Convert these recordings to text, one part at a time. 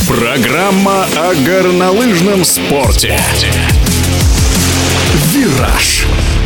Программа о горнолыжном спорте. «Вираж».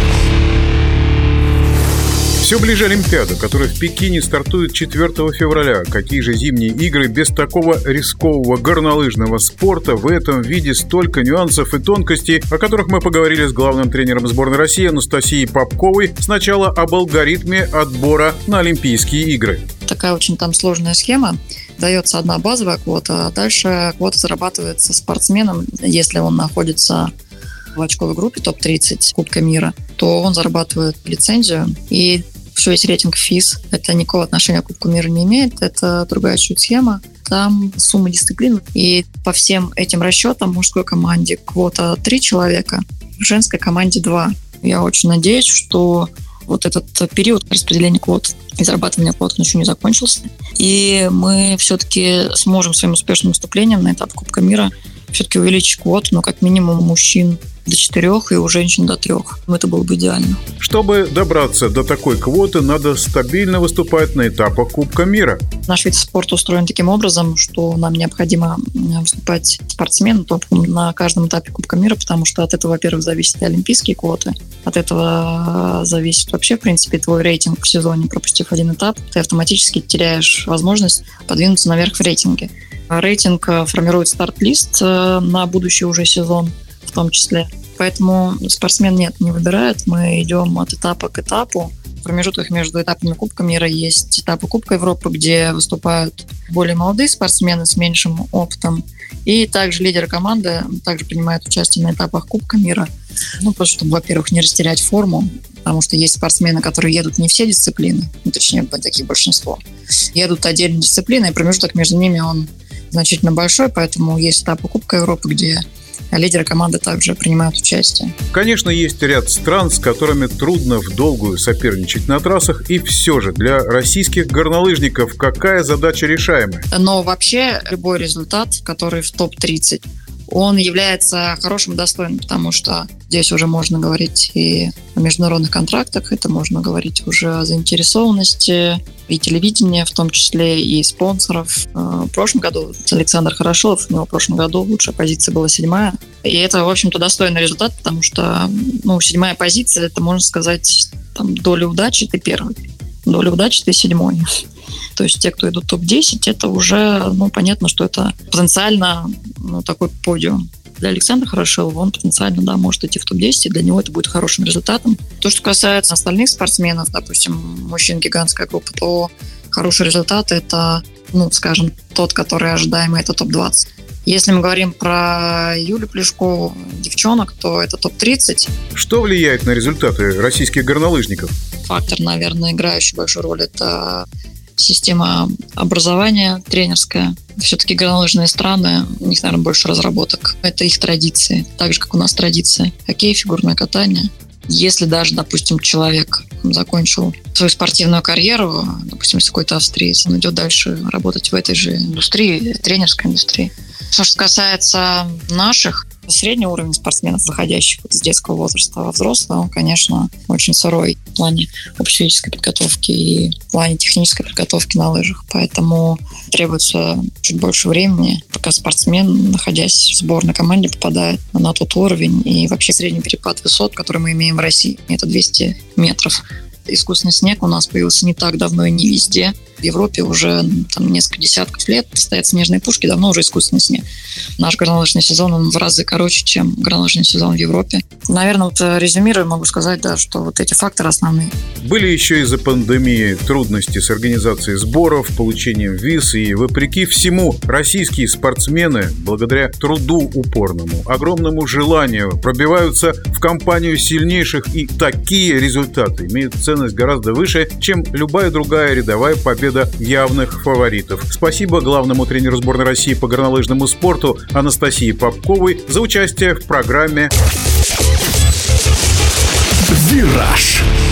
Все ближе Олимпиада, которая в Пекине стартует 4 февраля. Какие же зимние игры без такого рискового горнолыжного спорта? В этом виде столько нюансов и тонкостей, о которых мы поговорили с главным тренером сборной России Анастасией Попковой. Сначала об алгоритме отбора на Олимпийские игры. Такая очень там сложная схема. Дается одна базовая квота, а дальше квота зарабатывается спортсменом, если он находится в очковой группе топ-30 Кубка мира, то он зарабатывает лицензию. И еще есть рейтинг ФИС. Это никакого отношения к Кубку мира не имеет. Это другая чуть схема. Там сумма дисциплин. И по всем этим расчетам в мужской команде квота 3 человека, в женской команде 2. Я очень надеюсь, что вот этот период распределения квот и зарабатывания квот еще не закончился. И мы все-таки сможем своим успешным выступлением на этап Кубка мира все-таки увеличить квоту, но как минимум у мужчин до 4 и у женщин до 3. Это было бы идеально. Чтобы добраться до такой квоты, надо стабильно выступать на этапах Кубка мира. Наш вид спорта устроен таким образом, что нам необходимо выступать спортсменам топом на каждом этапе Кубка мира, потому что от этого, во-первых, зависят и олимпийские квоты. От этого зависит вообще, в принципе, твой рейтинг в сезоне. Пропустив один этап, ты автоматически теряешь возможность подвинуться наверх в рейтинге. Рейтинг формирует старт-лист на будущий уже сезон в том числе. Поэтому спортсмен не выбирает. Мы идем от этапа к этапу. В промежутках между этапами Кубка мира есть этапы Кубка Европы, где выступают более молодые спортсмены с меньшим опытом. И также лидеры команды также принимают участие на этапах Кубка мира. Просто чтобы, во-первых, не растерять форму, потому что есть спортсмены, которые едут не все дисциплины, точнее, такие большинство. Едут отдельные дисциплины, и промежуток между ними он значительно большой, поэтому есть этапы Кубка Европы, где лидеры команды также принимают участие. Конечно, есть ряд стран, с которыми трудно в долгую соперничать на трассах, и все же для российских горнолыжников какая задача решаемая? Но вообще любой результат, который в топ-30, он является хорошим и достойным, потому что здесь уже можно говорить и о международных контрактах, это можно говорить уже о заинтересованности и телевидения, в том числе и спонсоров. В прошлом году Александр Хорошилов, у него в прошлом году лучшая позиция была 7-я. И это, в общем-то, достойный результат, потому что 7-я позиция, это, можно сказать, доля удачи, ты первый. Доля удачи, ты 7-й. То есть те, кто идут топ-10, это уже, понятно, что это потенциально такой подиум. Для Александра Хорошилова он потенциально, может идти в топ-10, и для него это будет хорошим результатом. То, что касается остальных спортсменов, допустим, мужчин гигантская группа, то хороший результат – это, скажем, тот, который ожидаемый, это топ-20. Если мы говорим про Юлю Плешкову, девчонок, то это топ-30. Что влияет на результаты российских горнолыжников? Фактор, наверное, играющий большую роль – это система образования тренерская. Все-таки горнолыжные страны, у них, наверное, больше разработок. Это их традиции, так же, как у нас традиции. Хоккей, фигурное катание. Если даже, допустим, человек закончил свою спортивную карьеру, допустим, если какой-то австриец, он идет дальше работать в этой же индустрии, тренерской индустрии. Что же касается наших, средний уровень спортсменов, заходящих с детского возраста во взрослый, он, конечно, очень сырой в плане общей физической подготовки и в плане технической подготовки на лыжах. Поэтому требуется чуть больше времени, пока спортсмен, находясь в сборной команде, попадает на тот уровень. И вообще средний перепад высот, который мы имеем в России, это 200 метров. Искусственный снег у нас появился не так давно и не везде. В Европе уже несколько десятков лет стоят снежные пушки, давно уже искусственный снег. Наш горнолыжный сезон, он в разы короче, чем горнолыжный сезон в Европе. Наверное, резюмируя, могу сказать, что эти факторы основные. Были еще из-за пандемии трудности с организацией сборов, получением виз, и вопреки всему российские спортсмены, благодаря труду упорному, огромному желанию, пробиваются в компанию сильнейших, и такие результаты имеют ценность гораздо выше, чем любая другая рядовая победа явных фаворитов. Спасибо главному тренеру сборной России по горнолыжному спорту Анастасии Попковой за участие в программе «Вираж».